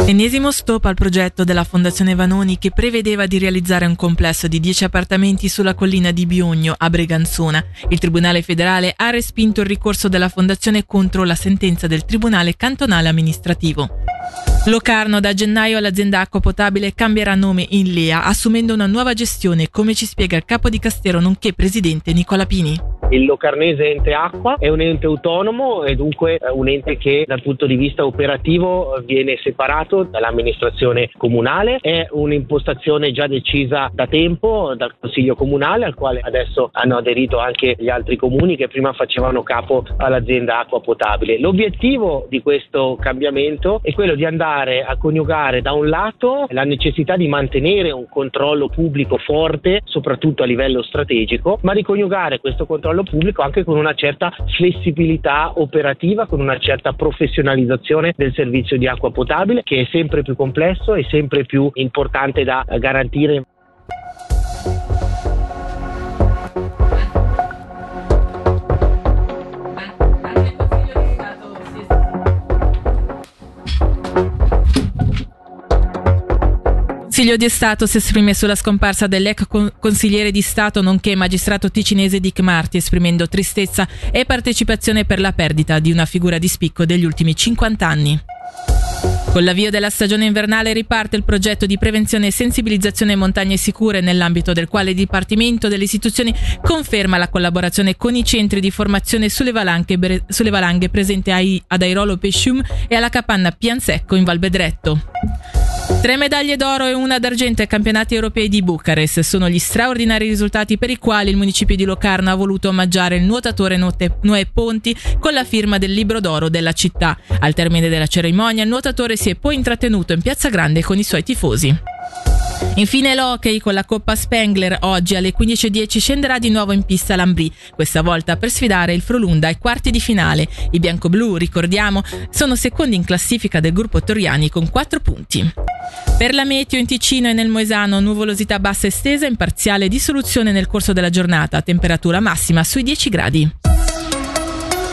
Ennesimo stop al progetto della Fondazione Vanoni che prevedeva di realizzare un complesso di 10 appartamenti sulla collina di Biugno a Breganzona. Il Tribunale federale ha respinto il ricorso della Fondazione contro la sentenza del Tribunale cantonale amministrativo. Locarno: da gennaio l'azienda acqua potabile cambierà nome in LEA, assumendo una nuova gestione, come ci spiega il capo di Castero nonché presidente Nicola Pini. Il Locarnese Ente Acqua è un ente autonomo e dunque un ente che dal punto di vista operativo viene separato dall'amministrazione comunale. È un'impostazione già decisa da tempo dal Consiglio Comunale, al quale adesso hanno aderito anche gli altri comuni che prima facevano capo all'azienda acqua potabile. L'obiettivo di questo cambiamento è quello di andare a coniugare da un lato la necessità di mantenere un controllo pubblico forte, soprattutto a livello strategico, ma di coniugare questo controllo pubblico anche con una certa flessibilità operativa, con una certa professionalizzazione del servizio di acqua potabile, che è sempre più complesso e sempre più importante da garantire. Consiglio di Stato si esprime sulla scomparsa dell'ex consigliere di Stato nonché magistrato ticinese Dick Marty, esprimendo tristezza e partecipazione per la perdita di una figura di spicco degli ultimi 50 anni. Con l'avvio della stagione invernale riparte il progetto di prevenzione e sensibilizzazione montagne sicure, nell'ambito del quale il Dipartimento delle Istituzioni conferma la collaborazione con i centri di formazione sulle valanghe presenti ad Airolo Pescium e alla capanna Piansecco in Val Bedretto. 3 medaglie d'oro e una d'argento ai campionati europei di Bucarest sono gli straordinari risultati per i quali il municipio di Locarno ha voluto omaggiare il nuotatore Noè Ponti con la firma del libro d'oro della città. Al termine della cerimonia il nuotatore si è poi intrattenuto in Piazza Grande con i suoi tifosi. Infine l'hockey: con la Coppa Spengler oggi alle 15:10 scenderà di nuovo in pista l'Ambrì, questa volta per sfidare il Frolunda ai quarti di finale. I biancoblù, ricordiamo, sono secondi in classifica del gruppo Torriani con 4 punti. Per la meteo in Ticino e nel Moesano, nuvolosità bassa estesa in parziale dissoluzione nel corso della giornata, temperatura massima sui 10 gradi.